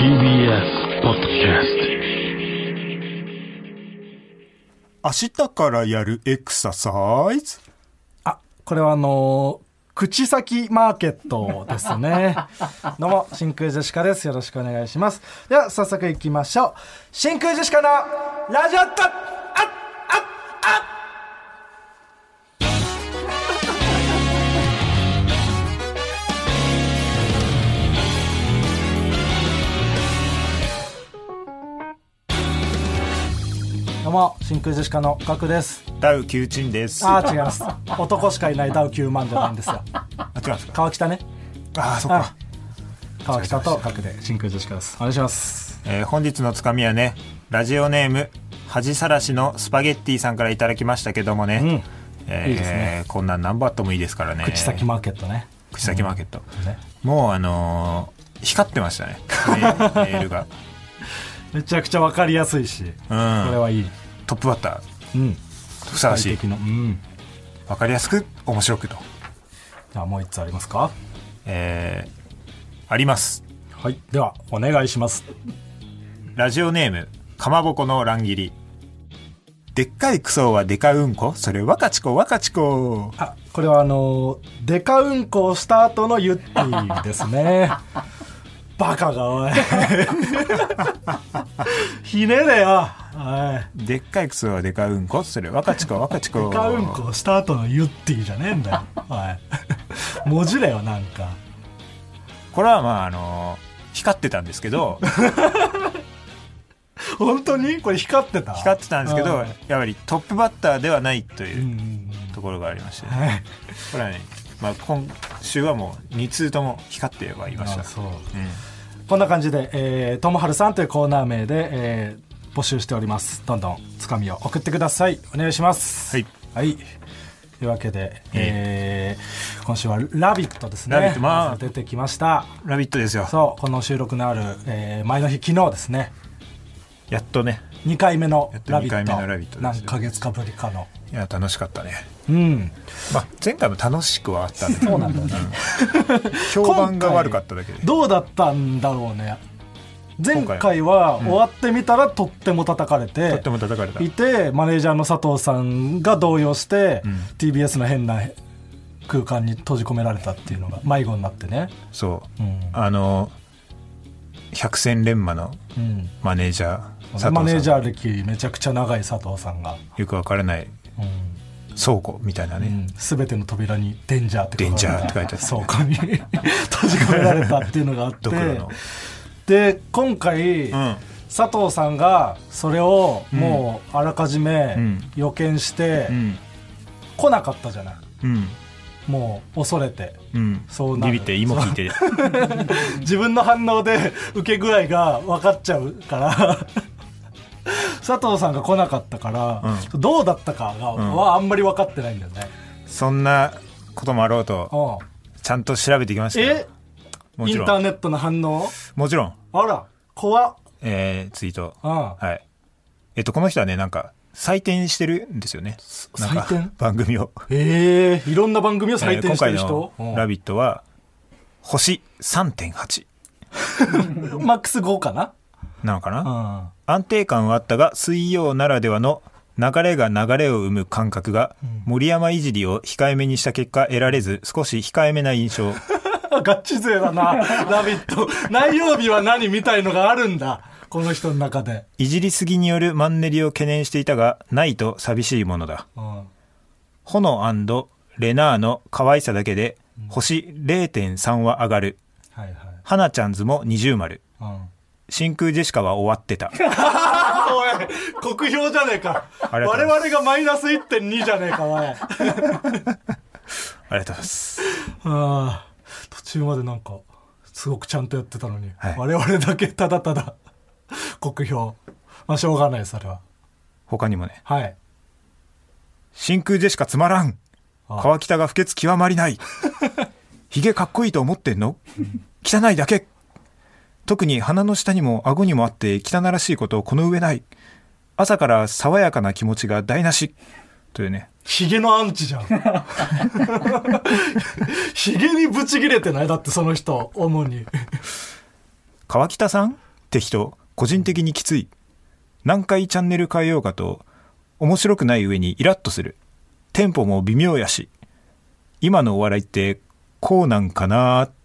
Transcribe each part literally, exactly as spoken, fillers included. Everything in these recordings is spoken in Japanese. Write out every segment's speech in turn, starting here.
ティービーエス ポッドキャスト。 明日からやるエクササイズ。 あ、これはあのー、口先マーケットですね。どうも真空ジェシカです。よろしくお願いします。では早速いきましょう。真空ジェシカのラジオット。あっあっあっどうも真空ジェシカのガクです。 ダウきゅうチンです。 あー違います。男しかいないダウきゅうまんじゃないんですよ。 あ、違うんですか。 川北ね。 ああ、そっか。 川北とガクで真空ジェシカです。お願いします。 えー、本日のつかみはね、ラジオネーム恥さらしのスパゲッティさんからいただきましたけどもね、うん、えー、いいですね。こんなん何バットもいいですからね。 口先マーケットね。 口先マーケット、 うんね、 もうあのー、光ってましたね。メールがめちゃくちゃ分かりやすいし、うん、これはいい。 トップバッター、うん、ふさわしい、うん、分かりやすく面白くと。 じゃあもう一つありますか。 えー、あります。 はい、ではお願いします。 ラジオネームかまぼこの乱切り。でっかいクソはでかうんこ、それ若ちこ若ちこ。 あ、これはあのー、でかうんこをした後のユッティですね。バカがおい。ひねれよ。 でっかいクソはでかうんこ、それ若ちこ若ちこ。 でかうんこをした後のユッティじゃねえんだよ。おい。文字だよなんか。 これはまああのー、光ってたんですけど。 本当にこれ光ってた光ってたんですけど、やはりトップバッターではないというところがありまして、ね、これはね、まあ、今週はもうに通とも光ってはいました。そう、うん、 こんな感じで、えー、ともはるさんというコーナー名で、えー、募集しております。どんどんつかみを送ってください。お願いします。 はい、 はい、というわけで、えー、今週はラビットですね。 ラビット、まあ、 出てきました。 ラビットですよ。 そう、この収録のある、えー、前の日昨日ですね。 やっとねにかいめのラビット、 にかいめのラビットです。 何ヶ月かぶりかの。 いや楽しかったね。 うん、 まあ、前回も楽しくはあったんだけど、 そうなんだよね。 評判が悪かっただけで。 どうだったんだろうね。前回は終わってみたらとっても叩かれて、 とっても叩かれたいて、マネージャーの佐藤さんが動揺して、うん、ティービーエス の変な空間に閉じ込められたっていうのが迷子になってね。 そう、うん、あの百戦錬磨のマネージャー、うん、 マネージャー歴めちゃくちゃ長い佐藤さんがよくわからない、うん、倉庫みたいなね、 すべ、うん、ての扉にデンジャーってデンジャーって書いてある、 倉庫に閉じ込められたっていうのがあってで今回、うん、佐藤さんがそれをもうあらかじめ予見して、うん、来なかったじゃない、うん、もう恐れて、 うん、そうなるビビって芋引いて自分の反応で受け具合が分かっちゃうから佐藤さんが来なかったから、うん、どうだったかが、うん、はあんまり分かってないんだよね。 そんなこともあろうと、うん、ちゃんと調べてきましたよ。 えもちろんインターネットの反応もちろん。 あら怖っ、 えー、ツイート、うん、はい。えっとこの人はねなんか採点してるんですよね。 採点番組を。 えー、いろんな番組を採点してる人、 えー、今回のラビットは星 さんてんはちマックスごかななのかな、うん、安定感はあったが水曜ならではの流れが流れを生む感覚が、うん、森山いじりを控えめにした結果得られず少し控えめな印象ガチ勢だなラビット何曜日は何みたいのがあるんだこの人の中で。 いじりすぎによるマンネリを懸念していたがないと寂しいものだ、うん、炎&レナーの可愛さだけで星 れいてんさん は上がる、はいはい、花ちゃんズも二重丸、うん、真空ジェシカは終わってたおい酷評じゃねえか我々がマイナス いってんに じゃねえかおいありがとうございますあ途中までなんかすごくちゃんとやってたのに、はい、我々だけただただ酷評。まあしょうがないそれは。 他にもね、 はい、 真空ジェシカつまらん、川北が不潔極まりないヒゲかっこいいと思ってんの、うん、汚いだけ、特に鼻の下にも顎にもあって汚らしいことをこの上ない、朝から爽やかな気持ちが台無しというね。 ヒゲのアンチじゃんヒゲにブチ切れてないだってその人主に川北さん適当、個人的にきつい、何回チャンネル変えようかと面白くない上にイラッとする、テンポも微妙やし、今のお笑いってこうなんかなーって。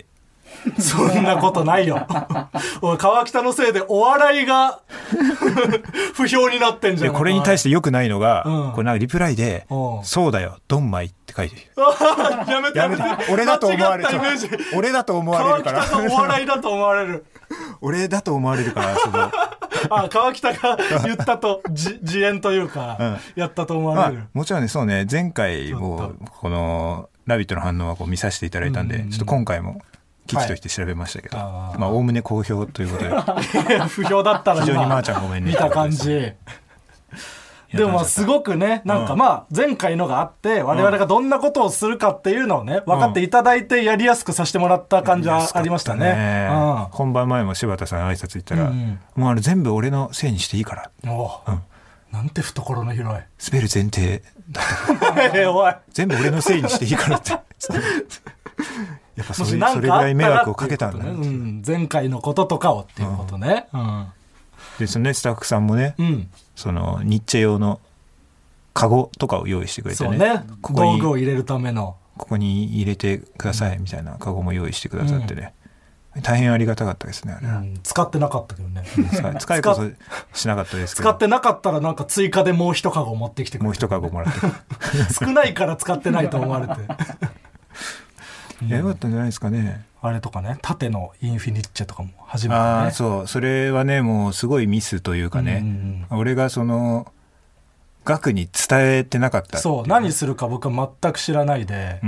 そんなことないよ。おい川北のせいでお笑いが不評になってんじゃん。 でこれに対して良くないのが、 うん、 これなんかリプライで「そうだよドンマイ」って書いてる。 やめてやめて、 俺だと思われる俺だと思われるから川北がお笑いだと思われる俺だと思われるからそのあ川北が言ったと自演というか、うん、やったと思われる、 まあ、もちろんねそうね前回もこの「ラビット!」の反応はこう見させていただいたんで、うんうん、ちょっと今回も危機として調べましたけど、はい、まあおおむね好評ということで不評だったら非常にまーちゃんごめんね見た感じでもすごくねなんかまあ前回のがあって我々がどんなことをするかっていうのをね分かっていただいてやりやすくさせてもらった感じはありましたね、ねうん、 本番前も柴田さん挨拶行ったら、うん、もうあの全部俺のせいにしていいから、 おう、うん、なんて懐の広い滑る前提だったおい全部俺のせいにしていいからってやっぱ そ, それぐらい迷惑をかけたんだ、ねうん、前回のこととかをっていうことね、うんうん、 でそのねスタッフさんもね、うん、そのニッチェ用のカゴとかを用意してくれて ね, そうねここに道具を入れるためのここに入れてくださいみたいなカゴも用意してくださってね、うん、大変ありがたかったですねあれ、うん、 使ってなかったけどね使いこそしなかったですけど使ってなかったらなんか追加でもう一カゴ持ってきてくれてもう一カゴもらって少ないから使ってないと思われていやよかったんじゃないですかね、 あれとかね縦のインフィニッチェとかも初めてねあそうそれはねもうすごいミスというかね、うんうん、俺がその額に伝えてなかったそう何するか僕は全く知らないで、うん、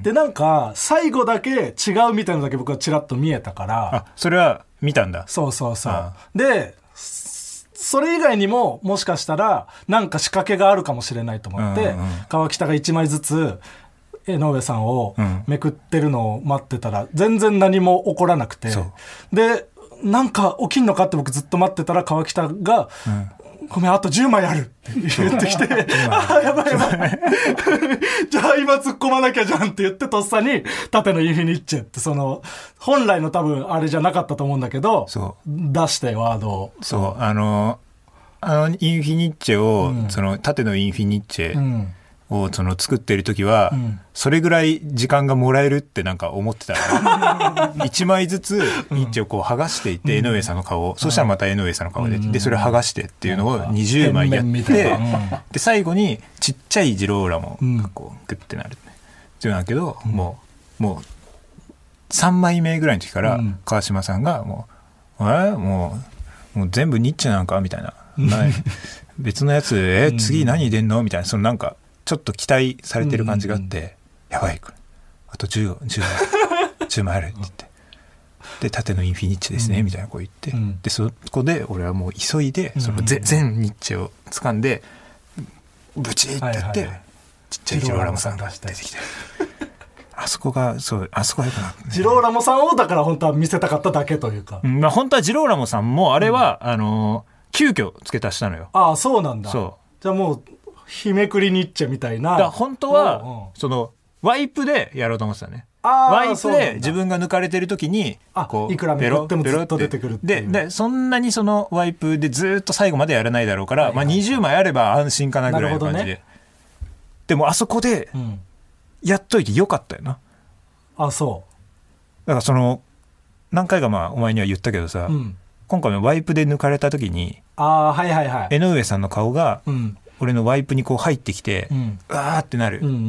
でなんか最後だけ違うみたいなのだけ僕はちらっと見えたからあそれは見たんだそうそうそうでそれ以外にももしかしたらなんか仕掛けがあるかもしれないと思って、うんうん、川北がいちまいずつ江上さんをめくってるのを待ってたら全然何も起こらなくて、うん、でなんか起きんのかって僕ずっと待ってたら川北が、うん、ごめんあとじゅうまいあるって言ってきてあやばいやばいじゃあ今突っ込まなきゃじゃんって言ってとっさに縦のインフィニッチェってその本来の多分あれじゃなかったと思うんだけど出してワードをそうあのあのインフィニッチェを、うん、その縦のインフィニッチェ、うんをその作ってる時は、うん、それぐらい時間がもらえるってなんか思ってたらいちまいずつニッチをこう剥がしていって、うん、江上さんの顔を、うん、そしたらまた江上さんの顔で、うん、でそれを剥がしてっていうのをにじゅうまいやって、うん、で最後にちっちゃいジローラモがこうグッてなるっていうんだけど、うん、もうもうさんまいめぐらいの時から川島さんがもう、うん、えもう、もう全部ニッチなんかみたいな別のやつえ次何出んのみたいなそのなんかちょっと期待されてる感じがあって、うんうん、やばいこれあとじゅう、じゅうまいじゅうまいあるって言ってで縦のインフィニッチですね、うん、みたいなこう言って、うん、でそこで俺はもう急いでその全ニッチを掴んでブチってやって、はいはい、ちっちゃいジローラモさんが出てきてあそこがそうあそこがよくなって、ね、 ジローラモさんをだから本当は見せたかっただけというか、 うんまあ、本当はジローラモさんもあれは、うん、あの急遽付け足したのよああそうなんだそうじゃあもう日めくりニッチェみたいなだ本当は、うんうん、そのワイプでやろうと思ってたねワイプで自分が抜かれてる時にこういくらめくってもずっと出てくるっていうで, でそんなにそのワイプでずっと最後までやらないだろうから、はいはいはいまあ、にじゅうまいあれば安心かなぐらいの感じで、ね、でもあそこでやっといてよかったよな、 うん、あそうだからその何回かまあお前には言ったけどさ、うん、今回のワイプで抜かれた時にあ、はいはいはい、 江上さんの顔が、うん俺のワイプにこう入ってきて、うん、うわーってなる、うんうんうん、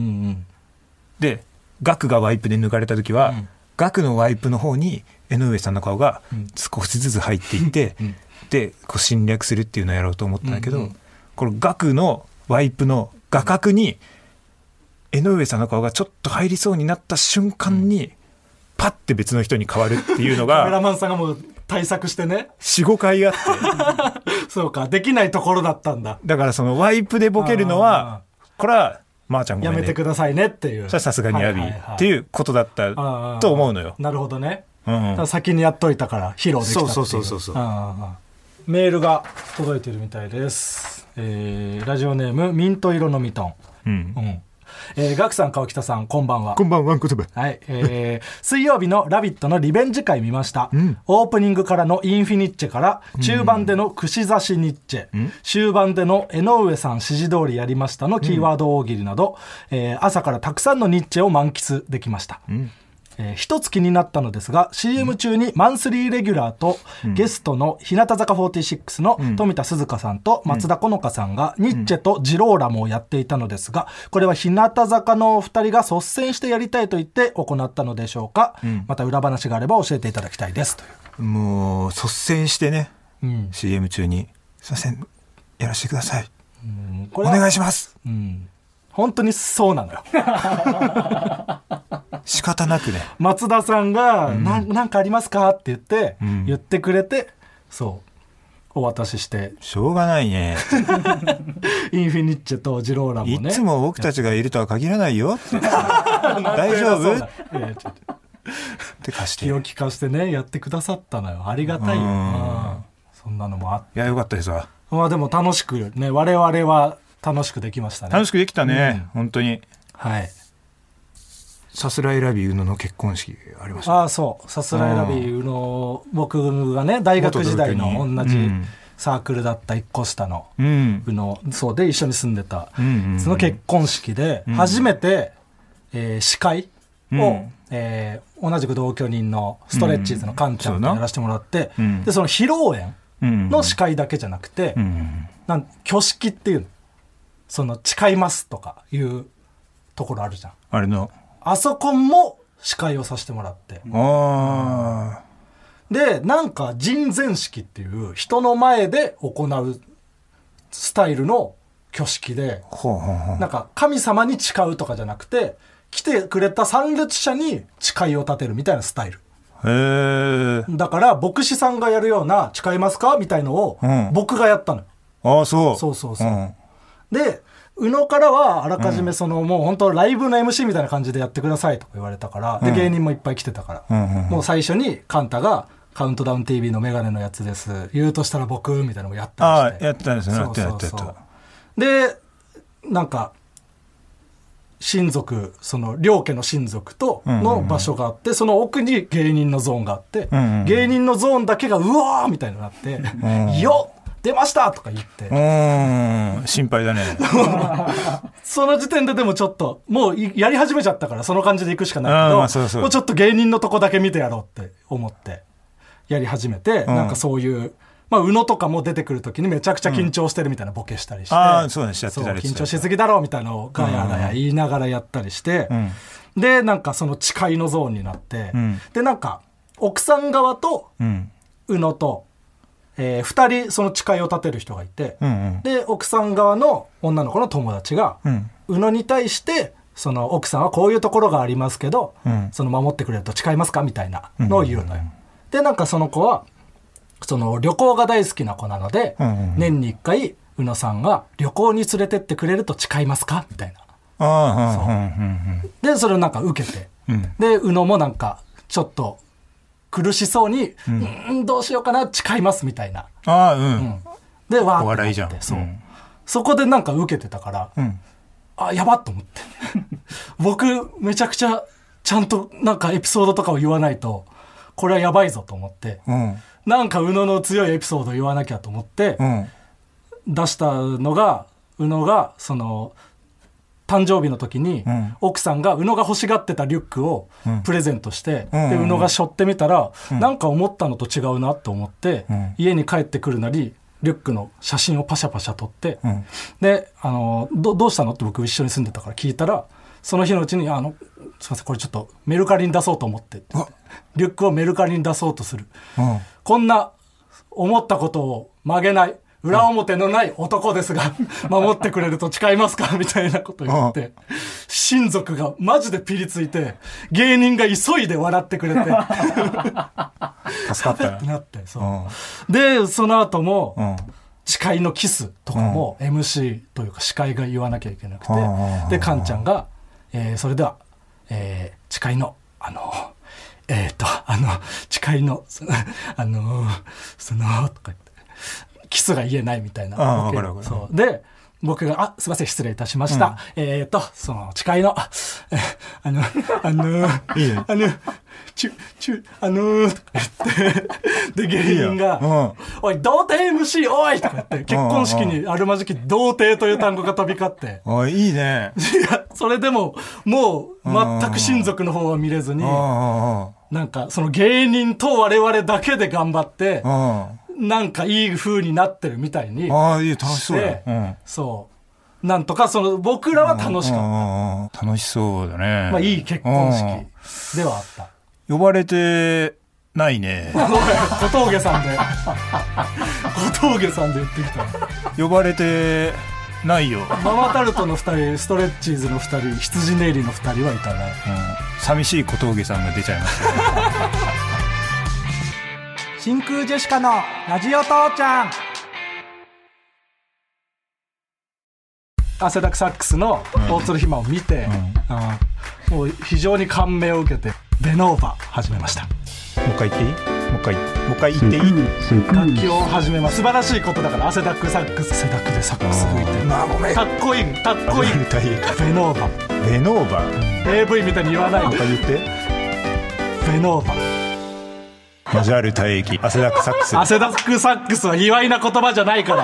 でガクがワイプで抜かれた時は、うん、ガクのワイプの方に江上さんの顔が少しずつ入っていって、うん、でこう侵略するっていうのをやろうと思ったんだけど、うんうん、このガクのワイプの画角に江上さんの顔がちょっと入りそうになった瞬間に、うん、パッて別の人に変わるっていうのがカメラマンさんがもう対策してねよん,ご 回あってそうかできないところだったんだだからそのワイプでボケるのはこれはまーちゃんごめんねやめてくださいねっていうさすがにやび、はいはいはい、っていうことだったと思うのよなるほどね、うんうん、先にやっといたから披露できたっていうそうそうそうそうメールが届いてるみたいです、えー、ラジオネームミント色のミトン、うんうんえー、ガクさん川北さんこんばんは。 こんばんは言葉。 はい、えー、水曜日のラビットのリベンジ会見ました、うん、オープニングからのインフィニッチェから中盤での串刺しニッチェ、うん、終盤での江上さん指示通りやりましたのキーワード大喜利など、うん、えー、朝からたくさんのニッチェを満喫できました、うん、えー、一つ気になったのですが シーエム 中にマンスリーレギュラーとゲストの日向坂フォーティシックスの富田鈴香さんと松田好花さんがニッチェとジローラモをやっていたのですが、これは日向坂のふたりが率先してやりたいと言って行ったのでしょうか、うん、また裏話があれば教えていただきたいですという。 もう率先してね、うん、シーエム 中にすいませんやらせてください、うん、これお願いします、うん、 本当にそうなのよ仕方なくね松田さんが、うん、な, なんかありますかって言って、うん、言ってくれてそうお渡ししてしょうがないねインフィニッチェとジローラもねいつも僕たちがいるとは限らないよ大丈夫って貸して気を利かしてねやってくださったのよ。ありがたいよ、うん、そんなのもあって。 いやよかったですわ。 まあでも楽しくね我々は楽しくできましたね。 楽しくできたね、うん、本当に。 はい。 さすらいラビ宇野の結婚式ありました、ね、 ああそうさすらいラビ宇野僕がね大学時代の同じサークルだったいっこ下の宇野、うん、そうで一緒に住んでた、うんうん、その結婚式で初めて、うんえー、司会を、うんえー、同じく同居人のストレッチーズのカンちゃんとやらせてもらって、うん、でその披露宴の司会だけじゃなくて、うん、なん挙式っていうその誓いますとかいうところあるじゃん。 あれのあそこも司会をさせてもらって、あでなんか人前式っていう人の前で行うスタイルの挙式で、なんか神様に誓うとかじゃなくて来てくれた参列者に誓いを立てるみたいなスタイル。へだから牧師さんがやるような誓いますかみたいのを僕がやったのよ、 うん、ああそうそうそうそう、うん、で宇野からはあらかじめその、うん、もう本当ライブの エムシー みたいな感じでやってくださいとか言われたから、うん、で芸人もいっぱい来てたから、うんうんうん、もう最初にカンタがカウントダウン ティーブイ のメガネのやつです言うとしたら僕みたいなのをやったりして。 ああやってたんですね。そうそうそうやってたやってた。でなんか親族その両家の親族との場所があって、うんうんうん、その奥に芸人のゾーンがあって、うんうん、芸人のゾーンだけがうわーみたいになって、うん、よっ出ましたとか言って、うーん心配だねその時点ででもちょっともうやり始めちゃったからその感じで行くしかないけど、まあ、そうそうもうちょっと芸人のとこだけ見てやろうって思ってやり始めて、うん、なんかそういうまあ宇野とかも出てくる時にめちゃくちゃ緊張してるみたいなボケしたりして、うん、 あそうねしちゃってたり緊張しすぎだろうみたいなのをガヤガヤ言いながらやったりして、うん、でなんかその誓いのゾーンになって、うん、でなんか奥さん側と宇野とえー、ふたりその誓いを立てる人がいて、うんうん、で奥さん側の女の子の友達が、うん、宇野に対してその奥さんはこういうところがありますけど、うん、その守ってくれると誓いますかみたいなのを言うのよ、うんうん、でなんかその子はその旅行が大好きな子なので、うんうん、年にいっかい宇野さんが旅行に連れてってくれると誓いますかみたいなあそう、うんうんうん、でそれをなんか受けて、うん、で宇野もなんかちょっと苦しそうに、うん、どうしようかな誓いますみたいなあ、うんうん、でわーってお笑いじゃんそう、うん、そこでなんか受けてたから、うん、あやばっと思って僕めちゃくちゃちゃんとなんかエピソードとかを言わないとこれはやばいぞと思って、うん、なんか宇野の強いエピソードを言わなきゃと思って、うん、出したのが宇野がその誕生日の時に、うん、奥さんが宇野が欲しがってたリュックをプレゼントして、うん、で宇野が背負ってみたら、うん、なんか思ったのと違うなと思って、うん、家に帰ってくるなりリュックの写真をパシャパシャ撮って、うん、であの ど, どうしたのって僕一緒に住んでたから聞いたらその日のうちにあのすいませんこれちょっとメルカリに出そうと思ってってってリュックをメルカリに出そうとする、うん、こんな思ったことを曲げない裏表のない男ですが守ってくれると誓いますかみたいなこと言って親族がマジでピリついて芸人が急いで笑ってくれて助かったなってそうでその後も誓いのキスとかも エムシー というか司会が言わなきゃいけなくてでカンちゃんが、えー、それでは、えー、誓いのあのえっとあの誓いのあのそのとか言ってキスが言えないみたいな。ああ、分かる分かる。そうで、 僕が、あ、すいません、失礼いたしました。うん、えっ、ー、と、その、誓いの、あの、あの、いいね、あの、ちゅ、ちゅ、あのー、とか言って、で、芸人が、うん、おい、童貞 エムシー、おいとか言って、結婚式にあるまじき童貞という単語が飛び交って。 おい、いいね。 いや、それでも、もう、全く親族の方は見れずに、なんか、その芸人と我々だけで頑張って、なんかいい風になってるみたいに。 ああ、いい、楽しそうだ、うん、 そう。なんとか、その、僕らは楽しかった。楽しそうだね。 まあ、いい結婚式ではあった。 呼ばれてないね。 小峠さんで。小峠さんで言ってきた。 呼ばれてないよ。 ママタルトのふたり、ストレッチーズのふたり、羊ネイリのふたりはいたね。うん、 寂しい小峠さんが出ちゃいました。 真空ジェシカのラジオ父ちゃん。汗だくサックスの大鶴ひまを見て、うんうん、もう非常に感銘を受けてベノーバ始めました。 もう一回言っていい？もう一回もう一回言っていい？ 楽器を始めます。素晴らしいことだから。汗だくサックス、汗だくでサックス吹いて、 まあごめん、 かっこいいかっこいい。ベノーバベノーバエーブイ みたいに言わないで。 もう一回言って。 ベノーバ交わる体液、汗だくサックス。 汗だくサックスは卑猥な言葉じゃないから。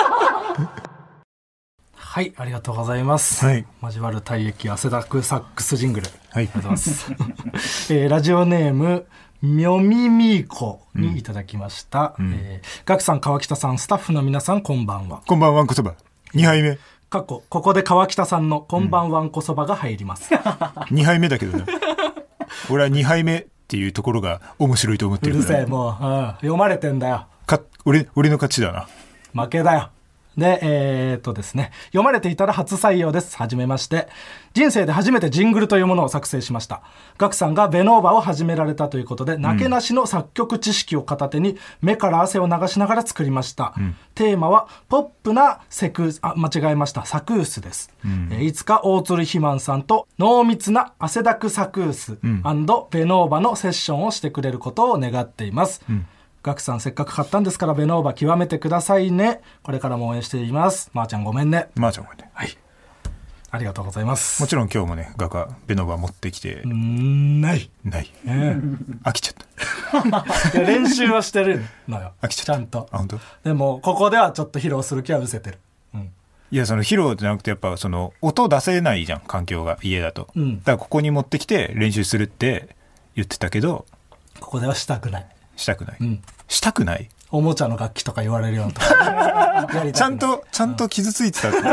はい、ありがとうございます。はい、交わる体液、汗だくサックスジングル。はい、ありがとうございます。えー、ラジオネームみょみみーこにいただきました。うん、えー、ガクさん、川北さん、スタッフの皆さん、こんばんは。 こんばんはんこそば。にはいめ。 過去ここで川北さんのこんばんはんこそばが入ります。 うん、にはいめだけどね。俺はにはいめっていうところが面白いと思ってるから。 うるせえ、もう、うん、読まれてんだよ。 か、俺、俺の勝ちだな。 負けだよ。で、えー、っとですね、読まれていたら初採用です。はじめまして。人生で初めてジングルというものを作成しました。ガクさんがベノーバを始められたということで、なけなしの作曲知識を片手に目から汗を流しながら作りました。うん、テーマはポップなセクあ間違えましたサクースです。うん、えー、いつか大鶴ひまんさんと濃密な汗だくサクース、うん、ベノーバのセッションをしてくれることを願っています。うん、ガクさん、せっかく買ったんですからベノーバ極めてくださいね。これからも応援しています。まーちゃんごめんね。 まーちゃんごめんね。 はい、ありがとうございます。 もちろん今日もね、ガクはベノーバ持ってきてんないない、えー、飽きちゃったいや練習はしてるのよ。 飽きちゃった。 ちゃんと。 あ、本当？ でもここではちょっと披露する気は失せてる。うん、 いや、その披露じゃなくてやっぱその音出せないじゃん、環境が家だと、うん、だからここに持ってきて練習するって言ってたけど、 ここではしたくない。 したくない、うん、したくない。 おもちゃの楽器とか言われるようなとかちゃんとちゃんと傷ついてたって、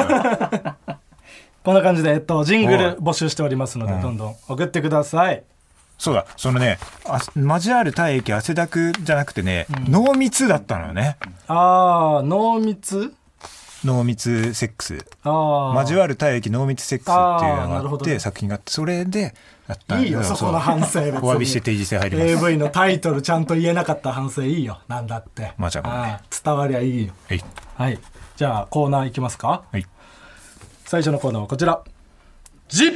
うん、こんな感じで、えっと、ジングル募集しておりますので、どんどん送ってください。 そうだ、そのね、あ、交わる体液汗だくじゃなくてね、うん、濃密だったのよね。 ああ、濃密濃密セックス、あ、交わる体液濃密セックスっていうのがあって、ね、作品があって、それでやったんだ。 いいよ、そこの反省。 お詫びして定時制入ります。 エーブイ のタイトルちゃんと言えなかった反省いいよ。なんだって、 まあ、じゃあね、 伝わりゃいいよ。はい、はい、じゃあコーナーいきますか。はい、最初のコーナーはこちら、ジッ、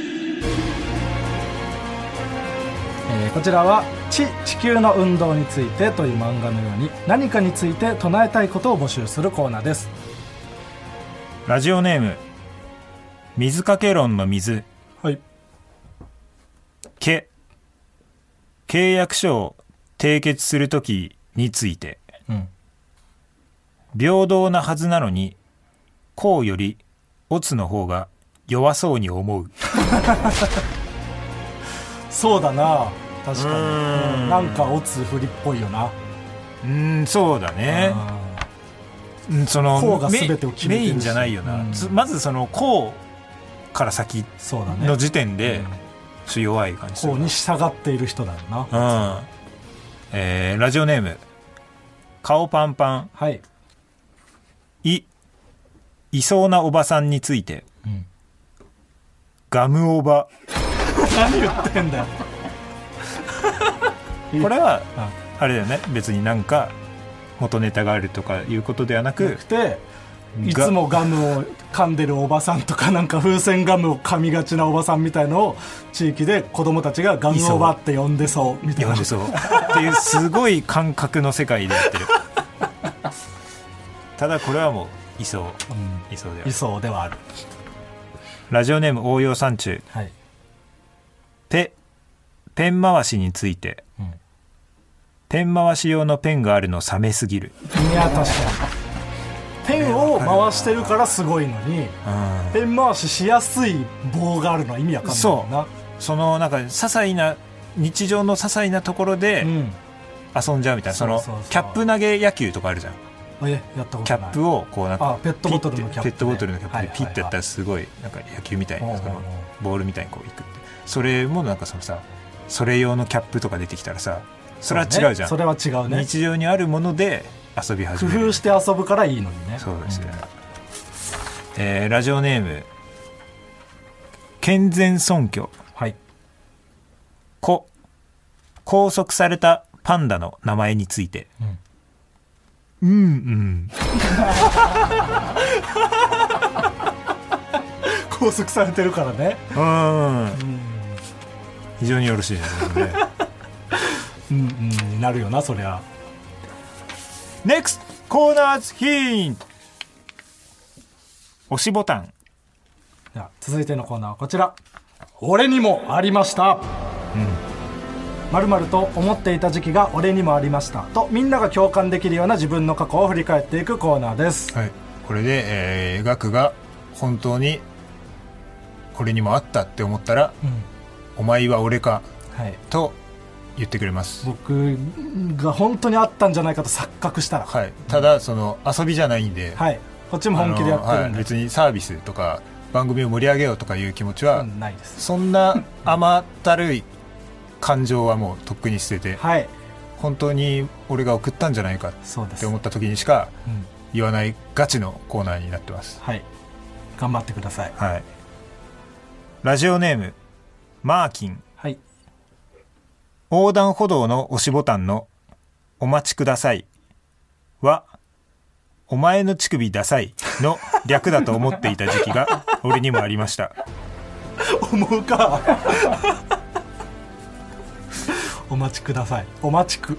えー、こちらは地地球の運動についてという漫画のように何かについて唱えたいことを募集するコーナーです。 ラジオネーム水かけ論の水。 はい。 け契約書を締結するときについて、うん、平等なはずなのにこうよりオツの方が弱そうに思う。 そうだな、確かに、うん、なんかオツ不利っぽいよな。 うん、そうだね。そのこうが全てを決めてるし、 メインじゃないよな、うん、まずそのこうから先の時点で、ね、うん、弱い感じする。 こうに従っている人だよな、 うん、えー、ラジオネーム顔パンパン。 はい。 いいそうなおばさんについて、うん、ガムおば。 何言ってんだよ。 これはあれだよね、別になんか元ネタがあるとかいうことではなく、なくて、いつもガムを噛んでるおばさんとか、なんか風船ガムを噛みがちなおばさんみたいのを地域で子供たちがガムおばって呼んでそうみたいな、 呼んでそうっていうすごい感覚の世界でやってる。ただこれはもういそう、 うん、 いそうではある。 いそうではある。 ラジオネーム応用山中、 はい、 ペペン回しについて、うん、ペン回し用のペンがあるの冷めすぎる。 いや確かにペンを回してるからすごいのに、うん、ペン回ししやすい棒があるのは意味わかんないな。 そうそのなんか些細な日常の些細なところで遊んじゃうみたいな、うん、そのそうそうそうキャップ投げ野球とかあるじゃん。 えやったことない。 キャップをこうなんかペットボトルのキャップ、ね、 ペットボトルのキャップでピッてやったらすごいなんか野球みたいなボールみたいにこういくって、それもなんかそのさそれ用のキャップとか出てきたらさそれは違うじゃん。 それは違うね。 日常にあるもので遊び始める。 工夫して遊ぶからいいのにね。 そうですね、うんえー、ラジオネーム健全尊虚、 はい、 こ拘束されたパンダの名前について、うん、うんうん拘束されてるからね。 うん、うん、非常によろしいですねうんうんなるよなそりゃ。 ネクストコーナーズヒント、押しボタン。 では続いてのコーナーはこちら。俺にもありました、〇〇と思っていた時期が俺にもありましたとみんなが共感できるような自分の過去を振り返っていくコーナーです、 はい、これで、えー、ガクが本当にこれにもあったって思ったら、うん、お前は俺か、はい、と言ってくれます。 僕が本当にあったんじゃないかと錯覚したら、 はい、ただその遊びじゃないんで、 はい、こっちも本気でやってるんで、はい、 別にサービスとか番組を盛り上げようとかいう気持ちはないです。 そんな甘ったるい感情はもうとっくに捨てて、はい、本当に俺が送ったんじゃないかって思った時にしか言わないガチのコーナーになってます、 はい、頑張ってください、 はい、ラジオネームマーキン、 はい、 横断歩道の押しボタンのお待ちくださいはお前の乳首ダサいの略だと思っていた時期が俺にもありました思うかお待ちください。お待ちく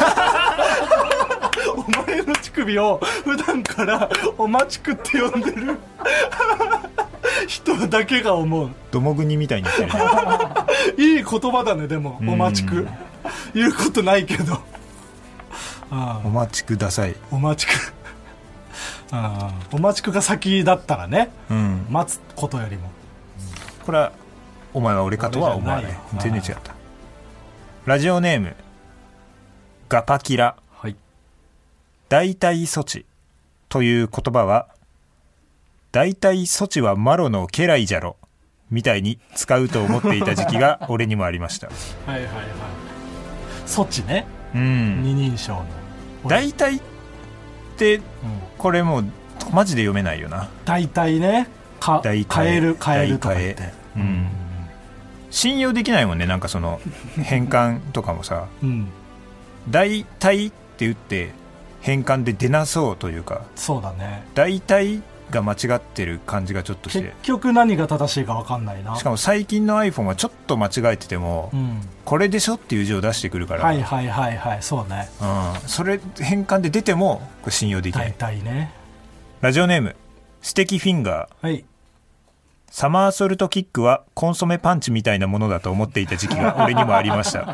お前の乳首を普段からお待ちくって呼んでる人だけが思う。 どもぐにみたいに言ってる、ね、 いい言葉だね。でもお待ちく言うことないけどあお待ちください。 お待ちくあお待ちくが先だったらね、うん、待つことよりも、 これはお前は俺かとは思わない。全然違った。ラジオネームガパキラ、はい、代替措置という言葉は代替措置はマロの家来じゃろみたいに使うと思っていた時期が俺にもありましたはいはいはい。措置ね、うん、二人称の代替って、うん、これもうマジで読めないよな。 代替ね、か変える変えるとか言って、うん、 信用できないもんね。なんかその変換とかもさ、うん、代替って言って変換で出なそうというか、 そうだね、 代替が間違ってる感じがちょっとして、 結局何が正しいか分かんないな。 しかも最近の iPhone はちょっと間違えてても、うん、これでしょっていう字を出してくるから、 はいはいはいはい、そうね、 うん、それ変換で出てもこれ信用できない。 代替ね。 ラジオネームステキフィンガー、はい、サマーソルトキックはコンソメパンチみたいなものだと思っていた時期が俺にもありました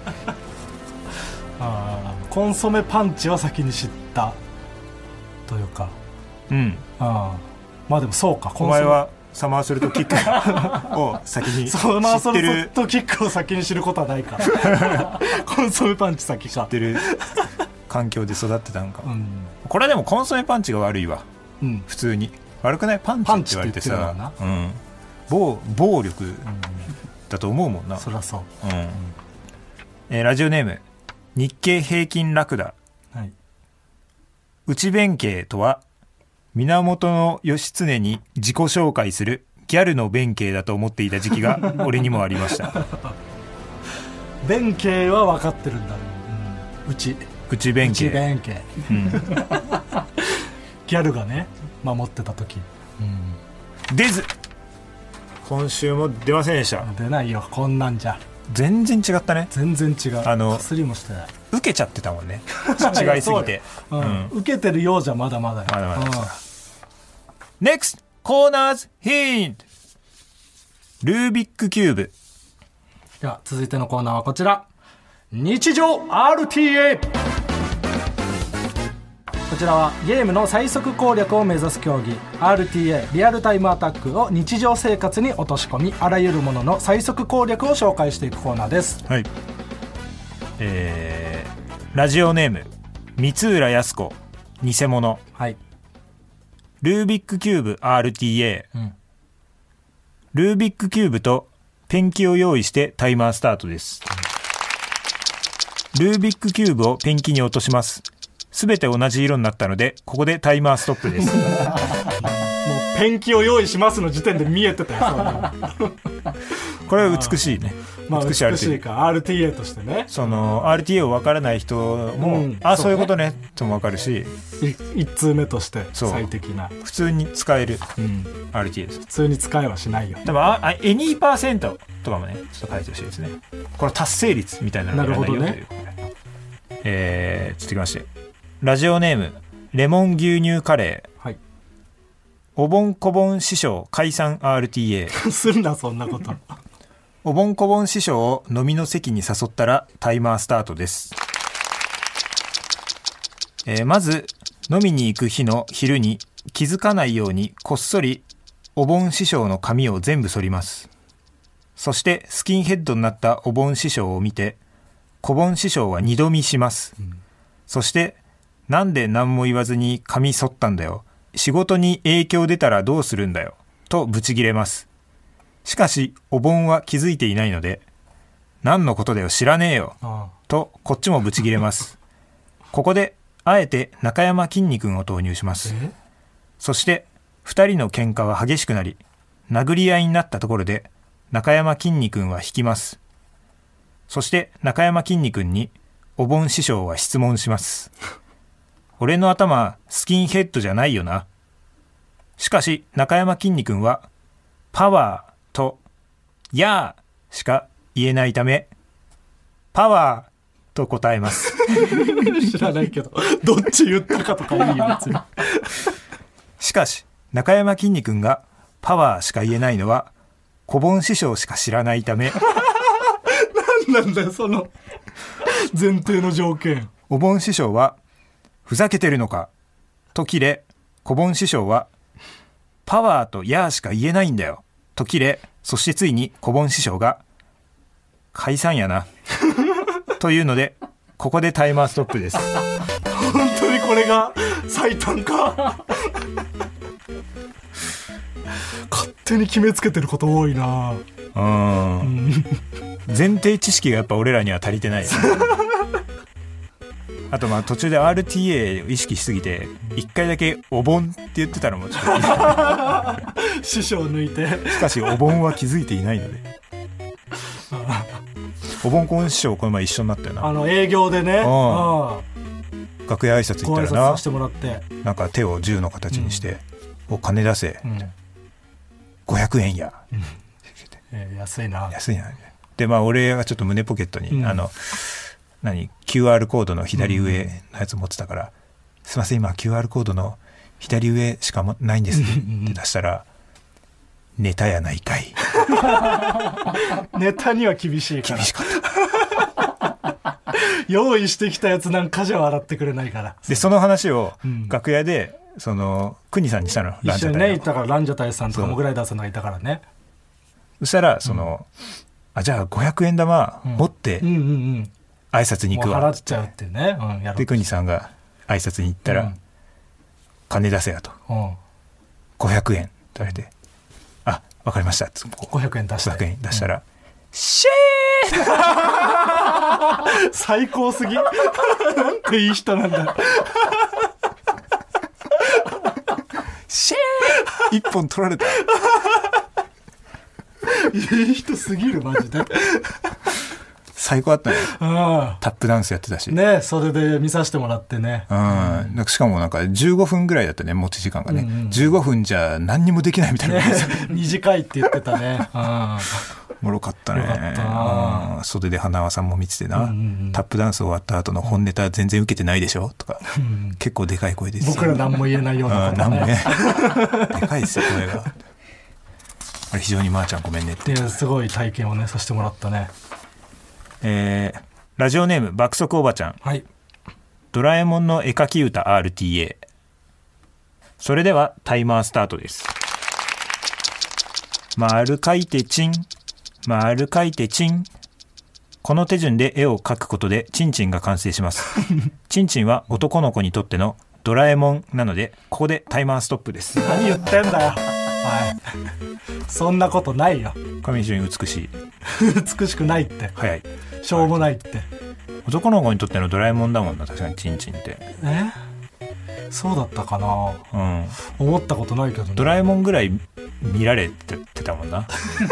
あコンソメパンチは先に知ったというか、うんあまあでもそうか、 お前はサマーソルトキックを先に知ってるサマーソルトキックを先に知ることはないからコンソメパンチ先か知ってる環境で育ってたのか、うん、これはでもコンソメパンチが悪いわ、うん、普通に悪くない。パンチって言われてさ、うん、暴, 暴力だと思うもんな、うん、 そりゃそう、うんえー、ラジオネーム日経平均ラクダ、はい、内弁慶とは源義経に自己紹介するギャルの弁慶だと思っていた時期が俺にもありました弁慶は分かってるんだね、うん、内内弁慶、 内弁慶、うん、ギャルがね守ってた時、 うん、出ず今週も出ませんでした。 出ないよこんなんじゃ。 全然違ったね。 全然違う。 あの薬もしてない。 受けちゃってたもんね違いすぎて、 うんうん、受けてるようじゃまだまだよ。 まだまだ、うん、 NEXT コーナーズヒント。ルービックキューブ。 では続いてのコーナーはこちら、日常 アールティーエー。 こちらはゲームの最速攻略を目指す競技 アールティーエー リアルタイムアタックを日常生活に落とし込み、あらゆるものの最速攻略を紹介していくコーナーです。 はい、えー、ラジオネーム三浦靖子偽物。 はい。 ルービックキューブ アールティーエー、うん、ルービックキューブとペンキを用意してタイマースタートです。ルービックキューブをペンキに落とします。すべて同じ色になったのでここでタイマーストップです。 もうペンキを用意しますの時点で見えてたよ。 これは美しいね。 まあ、美しい、美しいか アールティーエー としてね。 その アールティーエー を分からない人も、うん、あ、そういうことねとも分かるし、 いち通目として最適な普通に使える、うん、アールティーエー です。 普通に使えはしないよ。 でもあエニーパーセントとかもねちょっと書いてほしいですね。これ達成率みたいなのがいらないよという。なるほどね。えー、続きましてラジオネームレモン牛乳カレー。はい。おぼんこぼん師匠解散 アールティーエー。 すんなそんなこと。 おぼんこぼん師匠を飲みの席に誘ったらタイマースタートです。えー、まず飲みに行く日の昼に気づかないようにこっそりおぼん師匠の髪を全部剃ります。そしてスキンヘッドになったおぼん師匠を見てこぼん師匠は二度見します、うん、そしてなんで何も言わずに髪剃ったんだよ、仕事に影響出たらどうするんだよとブチギレます。しかしお盆は気づいていないので何のことだよ知らねえよとこっちもブチギレます。ここであえて中山きんに君を投入します。そしてふたりの喧嘩は激しくなり殴り合いになったところで中山きんに君は引きます。そして中山きんに君にお盆師匠は質問します。俺の頭スキンヘッドじゃないよな。しかし中山きんに君はパワーとやーしか言えないためパワーと答えます。 知らないけどどっち言ったかとかいいよ別に。 しかし中山きんに君がパワーしか言えないのは小盆師匠しか知らないため。 何なんだよその前提の条件。 お盆師匠はふざけてるのかと切れ、小盆師匠はパワーとやーしか言えないんだよと切れ、そしてついに小盆師匠が解散やなというのでここでタイマーストップです。 本当にこれが最短か。勝手に決めつけてること多いな。 うん、前提知識がやっぱ俺らには足りてない。あとまあ途中で アールティーエー を意識しすぎて一回だけお盆って言ってたのもちょっと師匠抜いて。 しかしお盆は気づいていないので。お盆こん師匠この前一緒になったよな。 あの営業でね、あ楽屋挨拶行ったらな、 ご挨拶させてもらってなんか手を銃の形にして、うん、お金出せ、うん、ごひゃくえんや、うんえー、安いな安いな。でまあ俺がちょっと胸ポケットに、うん、あの何 キューアール コードの左上のやつ持ってたから、うん、すいません今 キューアール コードの左上しかもないんですって出したらネタやないかい。 ネタには厳しいから。 厳しかった用意してきたやつなんかじゃ笑ってくれないから。 でその話を楽屋でその国さんにしたの。 一緒にね、いたからランジャタイさんとかモグライダーさんがいたからね。 そしたらその、うん、あじゃあごひゃくえん玉持って挨拶に行くわ、 うんうんうん、払っちゃうってね、うん、やで国さんが挨拶に行ったら、うん、金出せやと、うん、ごひゃくえんって言われて、あ分かりましたってごひゃくえん出してごひゃくえん出したら、うん、シェー最高すぎ。なんていい人なんだ。 シェー一本取られた。 いい人すぎるマジで。 最高だったね。タップダンスやってたしね。それで見させてもらってね、 うん、うん、しかもなんかじゅうごふんぐらいだったね持ち時間がね、うんうん、じゅうごふんじゃ何にもできないみたいな、ね、 短いって言ってたね。うんおもろかったね。 よかったな。 うん袖で花輪さんも見ててな、 うんうんうん、 タップダンス終わった後の本ネタ全然受けてないでしょとか、うん、結構でかい声ですよ。 僕ら何も言えないようなことね。 でかいですよ声が。あれ非常にまーちゃんごめんねって。 いやすごい体験をねさせてもらったね。 えー、ラジオネーム爆速おばちゃん、 はい、 ドラえもんの絵描き歌 アールティーエー。 それではタイマースタートです。丸描いてチン丸描いてチン。この手順で絵を描くことでチンチンが完成します。チンチンは男の子にとってのドラえもんなので、ここでタイマーストップです。 何言ってんだよ。はい、そんなことないよ。 髪非常に美しい。 美しくないって。 早い。 しょうもないって。 男の子にとってのドラえもんだもんな、確かにチンチンって。 えそうだったかな、 うん、 思ったことないけどね。 ドラえもんぐらい見られてたもんな。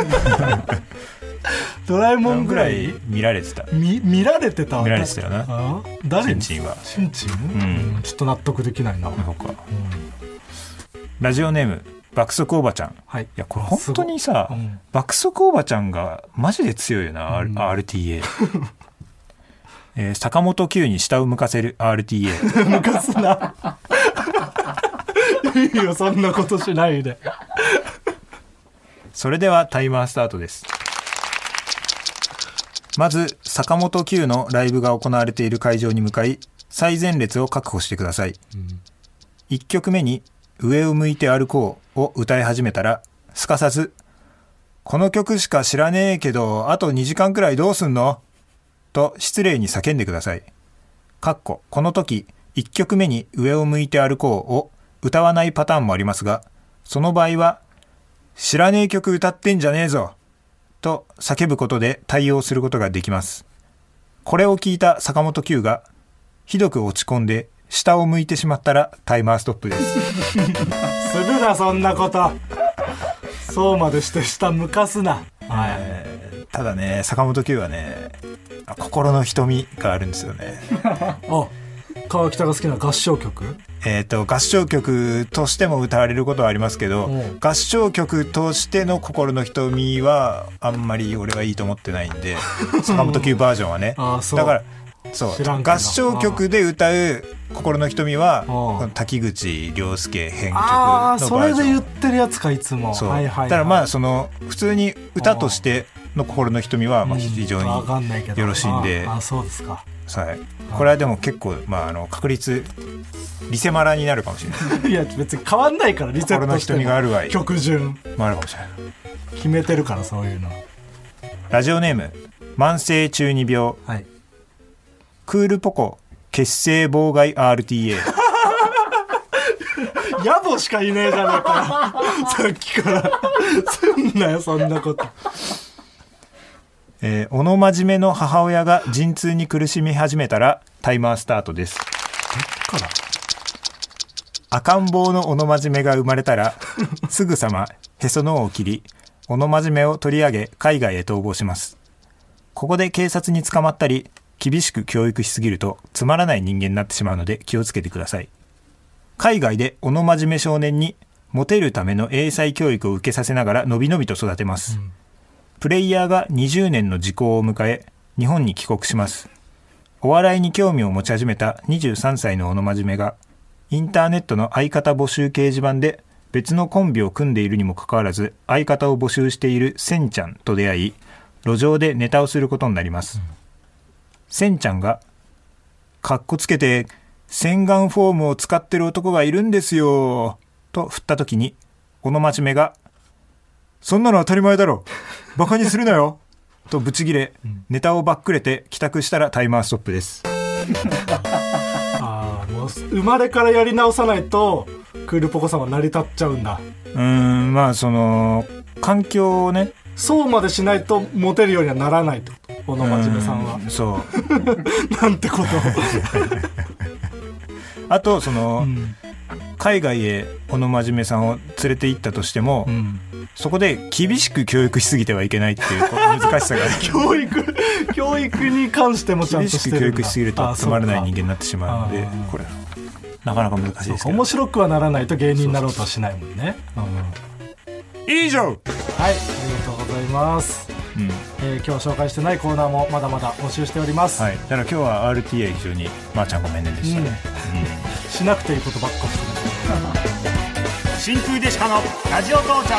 ドラえもんぐらい見られてた。 見, 見られてた見られてたよな。 あ誰に？ チンチンは。 チンチン、 うん、 ちょっと納得できないな。 そうか、うん、ラジオネーム爆速おばちゃん、はい、いやこれ本当にさ、うん、爆速おばちゃんがマジで強いよな、うん、アールティーエー。えー、坂本九に下を向かせる アールティーエー。 向かすな。いいよそんなことしないで。 それではタイマースタートです。まず坂本九のライブが行われている会場に向かい最前列を確保してください、うん、いっきょくめに上を向いて歩こうを歌い始めたらすかさずこの曲しか知らねえけどあとにじかんくらいどうすんのと失礼に叫んでください。かっここの時いっきょくめに上を向いて歩こうを歌わないパターンもありますが、その場合は知らねえ曲歌ってんじゃねえぞと叫ぶことで対応することができます。これを聞いた坂本九がひどく落ち込んで下を向いてしまったらタイマーストップです。 するなそんなこと。そうまでして下向かすな、 えー、ただね坂本九はね心の瞳があるんですよね。 あ、川北が好きな合唱曲、 えーと、合唱曲としても歌われることはありますけど、合唱曲としての心の瞳はあんまり俺はいいと思ってないんで、坂本九バージョンはね。 あ、そうだからそう合唱曲で歌う心の瞳は滝口亮介編曲のバージョン。 あ、それで言ってるやつかいつも。 そう、 はいはいはい、 だからまあその普通に歌としての心の瞳はまあ非常によろしいんで、 うん、ああそうですか。 はい、これはでも結構、まあ、あの確率リセマラになるかもしれない。 いや別に変わんないからリセットしても曲順もあるかもしれない。 決めてるからそういうの。 ラジオネーム慢性中二病、はい、クールポコ結成妨害 アールティーエー。 野暮しかいねえじゃねえか。さっきからすんなよそんなこと。 えー、おのまじめの母親が陣痛に苦しみ始めたらタイマースタートです。 どっから赤ん坊のおのまじめが生まれたらすぐさまへその緒を切りおのまじめを取り上げ海外へ逃亡します。ここで警察に捕まったり厳しく教育しすぎるとつまらない人間になってしまうので気をつけてください。海外でおのまじめ少年にモテるための英才教育を受けさせながらのびのびと育てます、うん。プレイヤーがにじゅうねんの時効を迎え日本に帰国します。お笑いに興味を持ち始めたにじゅうさんさいのおのまじめがインターネットの相方募集掲示板で別のコンビを組んでいるにもかかわらず相方を募集しているせんちゃんと出会い路上でネタをすることになります、うん、せんちゃんがかっこつけて洗顔フォームを使ってる男がいるんですよと振った時におのまじめがそんなの当たり前だろバカにするなよとブチギレ、うん、ネタをばっくれて帰宅したらタイマーストップです。 あ、もう生まれからやり直さないとクールポコさんは成り立っちゃうんだ。 うーん、まあその環境をねそうまでしないとモテるようにはならないとこの真面目さんは。 そうなんてことあとその、うん、海外へこの真面目さんを連れて行ったとしても、うん、そこで厳しく教育しすぎてはいけないっていう難しさが教育教育に関してもちゃんとしてるんだ。 厳しく教育しすぎるとつまらない人間になってしまうのでこれなかなか難しいですけど、 面白くはならないと芸人になろうとはしないもんね。 以上。はい、 ありがとうございます。 うんえー、今日紹介してないコーナーもまだまだ募集しております、 はい、だから今日は アールティーエー 非常にまーちゃんごめんねでしたね、 うん、しなくていいことばっかりしてる真空ジェシカのラジオ父ちゃん。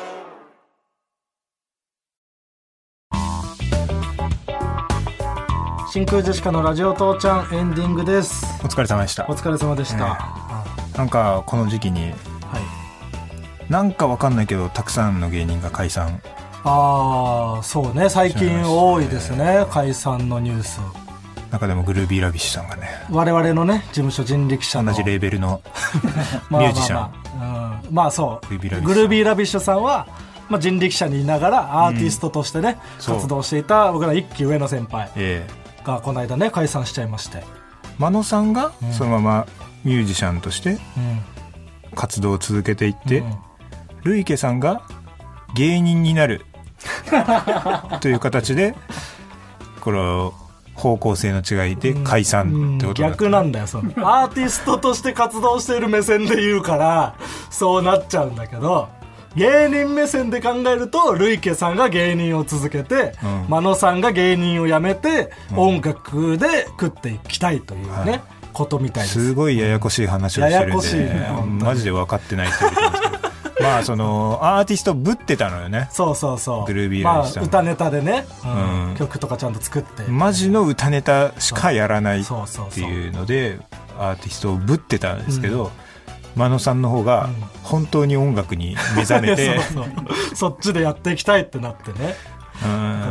真空ジェシカのラジオ父ちゃんエンディングです。 お疲れ様でした。 お疲れ様でした、 ね、なんかこの時期に、はい、なんかわかんないけどたくさんの芸人が解散。 ああそうね、最近多いですね、解散のニュース。 中でもグルービーラビッシュさんがね、 我々のね事務所人力車の同じレーベルのミュージシャン、 まあまあまあ、うん、まあそうグルービーラビッシュさんは、まあ、人力車にいながらアーティストとしてね、うん、活動していた僕ら一期上の先輩がこの間ね解散しちゃいまして、 真野さんがそのままミュージシャンとして活動を続けていって、うん、ルイケさんが芸人になるという形でこの方向性の違いで解散ってことだ、 うんうん、逆なんだよ、そのアーティストとして活動している目線で言うからそうなっちゃうんだけど、芸人目線で考えるとルイケさんが芸人を続けて、うん、真野さんが芸人を辞めて、うん、音楽で食っていきたいというね、はい、ことみたいです。 すごいややこしい話をしてるんで、ややこしいね、マジで分かってない人いるんですけどまあそのアーティストぶってたのよね。 そうそうそう、 グルービーラビッシュさん、 まあ、歌ネタでね、うんうん、曲とかちゃんと作ってマジの歌ネタしかやらないっていうのでアーティストをぶってたんですけど、うん、真野さんの方が本当に音楽に目覚めてそうそうそっちでやっていきたいってなってね、うん、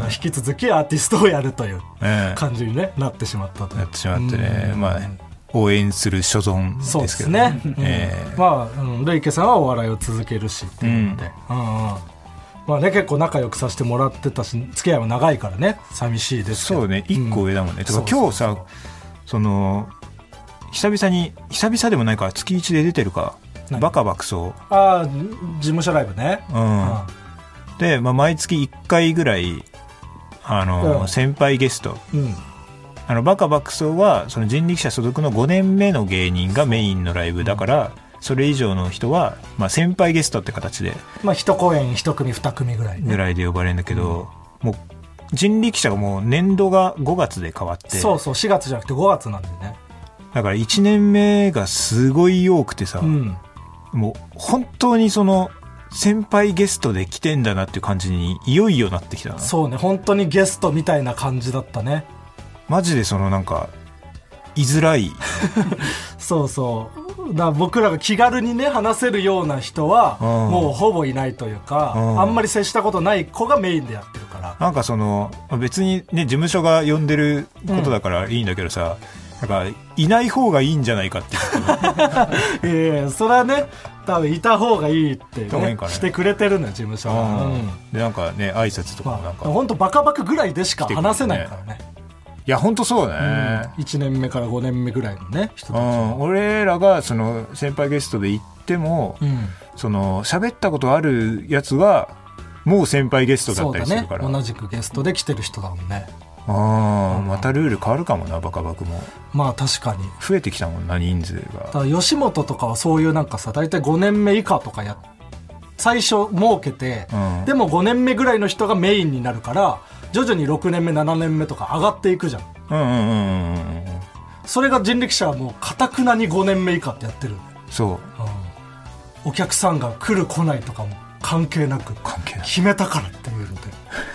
引き続きアーティストをやるという感じに、ね、なってしまったとなってしまってね、うん、まあ応援する所存ですけどね。 そうですね、えー、まあ、うん、ルイケさんはお笑いを続けるしっていうので、うんうんうん、まあね、結構仲良くさせてもらってたし付き合いは長いからね、寂しいですけど。そうね、 いっこ上だもんね、うん、とか今日さ、その久々に久々でもないから月いちで出てるかバカ爆走、 ああ事務所ライブね、 うんうん、で、まあ、毎月いっかいぐらいあの、うん、先輩ゲスト、うん、あのバカ爆走はその人力車所属のごねんめの芸人がメインのライブだから、それ以上の人は、まあ、先輩ゲストって形で、 まあ、いち公演いち組に組ぐらい、ね、 ぐらいで呼ばれるんだけど、うん、もう人力車がもう年度がごがつで変わって、 そうそうしがつじゃなくてごがつなんでね、 だからいちねんめがすごい多くてさ、うん、もう本当にその先輩ゲストで来てんだなっていう感じにいよいよなってきたな。 そうね、本当にゲストみたいな感じだったね。 マジでそのなんか居づらいそうそうだから僕らが気軽にね話せるような人はもうほぼいないというか、あんまり接したことない子がメインでやってるから、 なんかその別にね事務所が呼んでることだからいいんだけどさ、うん、なんかいない方がいいんじゃないかっていういやそれはね多分いた方がいいって、ねね、してくれてるのよ事務所は、うん、 でなんかね挨拶とかもなんか、 まあ、本当バカバカぐらいでしか話せないからね。 いや本当そうね、 うん、いちねんめからごねんめぐらいのね人たち、うん、俺らがその先輩ゲストで行っても、うん、その喋ったことあるやつはもう先輩ゲストだったりするから、 そうだね、同じくゲストで来てる人だもんね。 あ、うん、またルール変わるかもな、バカバクも。 まあ確かに増えてきたもんな、人数が。 だ吉本とかはそういうなんかさ、大体ごねんめ以下とかや最初設けて、うん、でもごねんめぐらいの人がメインになるから徐々にろくねんめななねんめとか上がっていくじゃん。うんうんうんうん、それが人力車はもう堅くなにごねんめ以下ってやってる。 そう、うん、 お客さんが来る来ないとかも関係なく関係ない決めたからっていうので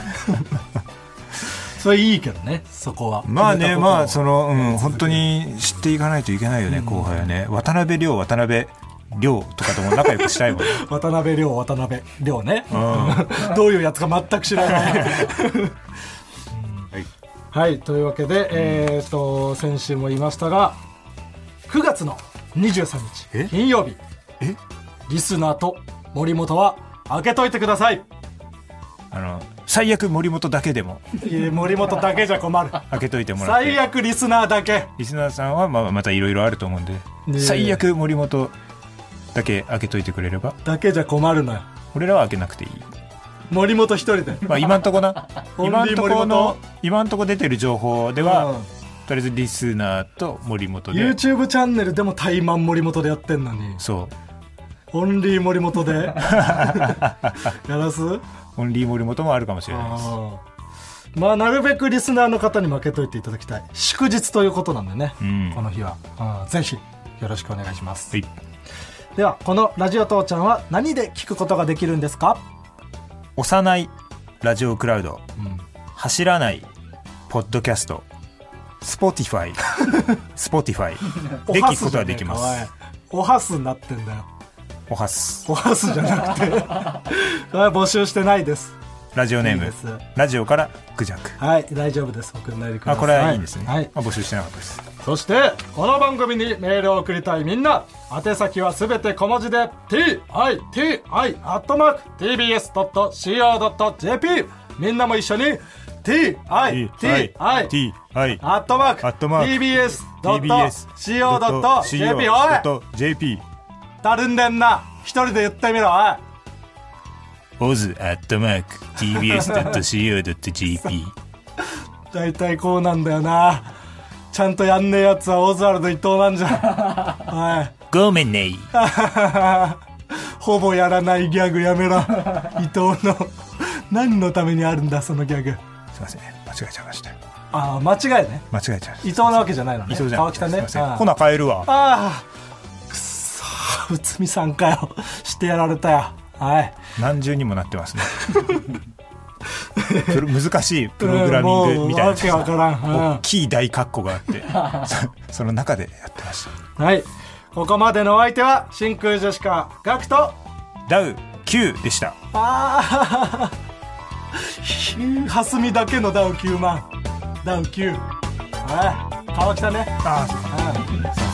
それいいけどね、そこは。 まあね、まあその、うん、本当に知っていかないといけないよね、うん、後輩はね。渡辺亮渡辺亮とかとも仲良くしたいもんね渡辺亮渡辺亮ね、うん、どういうやつか全く知らない、うん、はい、はい、というわけで、うん、えーと先週も言いましたがくがつのにじゅうさんにち金曜日、えリスナーと森本は開けといてください。 あの最悪森本だけでも。 いや森本だけじゃ困る。 開けといてもらって。 最悪リスナーだけ。 リスナーさんはまあまたいろいろあると思うんで、ね、最悪森本だけ開けといてくれれば。 だけじゃ困るのよ。 俺らは開けなくていい。 森本一人で。 まあ今んとこな。今んとこの今んとこ出てる情報では、うん、とりあえずリスナーと森本で。 YouTube チャンネルでも怠慢森本でやってんのに。 そう。 オンリー森本でやらすオンリー森本もあるかもしれないです。 まあなるべくリスナーの方に負けといていただきたい。祝日ということなんでね、うん、この日は、うん、ぜひよろしくお願いします、はい。ではこのラジオ父ちゃんは何で聞くことができるんですか？ 押さないラジオクラウド、うん、走らないポッドキャスト、スポティファイスポティファイで聞くことができます。 おはすになってんだよ。 おはすおはすじゃなくてこれは募集してないです。 ラジオネームいいラジオからクジャク。 はい大丈夫です。送んないでください。 あこれはいいんですね、 はい、 まあ、募集してなかったです。 そしてこの番組にメールを送りたいみんな、宛先はすべて小文字で ティーアイティーアイ アットマーク ティービーエス ドット シーオー ドット ジェーピー みんなも一緒に ティーアイティーアイ アットマーク ティービーエス ドット シーオー ドット ジェーピー おいたるんでんな、一人で言ってみろ。おいオズアットマーク ティービーエス ドット シーオー ドット ジェーピー大体こうなんだよな。ちゃんとやんねえやつはオズワルド伊藤なんじゃんはい、 ごめんねほぼやらないギャグやめろ伊藤の何のためにあるんだそのギャグ。 すいません間違えちゃいました。 ああ間違いね。 間違えちゃいました。 伊藤なわけじゃないのね。 伊藤じゃ川北ね。 ほな帰るわ。 ああくそー内海さんかよしてやられたよ。はい、 何重にもなってますね難しいプログラミングみたいな、 わけわからん、 大きい大カッコがあってその中でやってました。はい、ここまでのお相手は真空ジェシカガクトダウきゅうでした。 ああはすみだけのダウきゅうまんダウきゅう。はい川北ね。 ああそうか。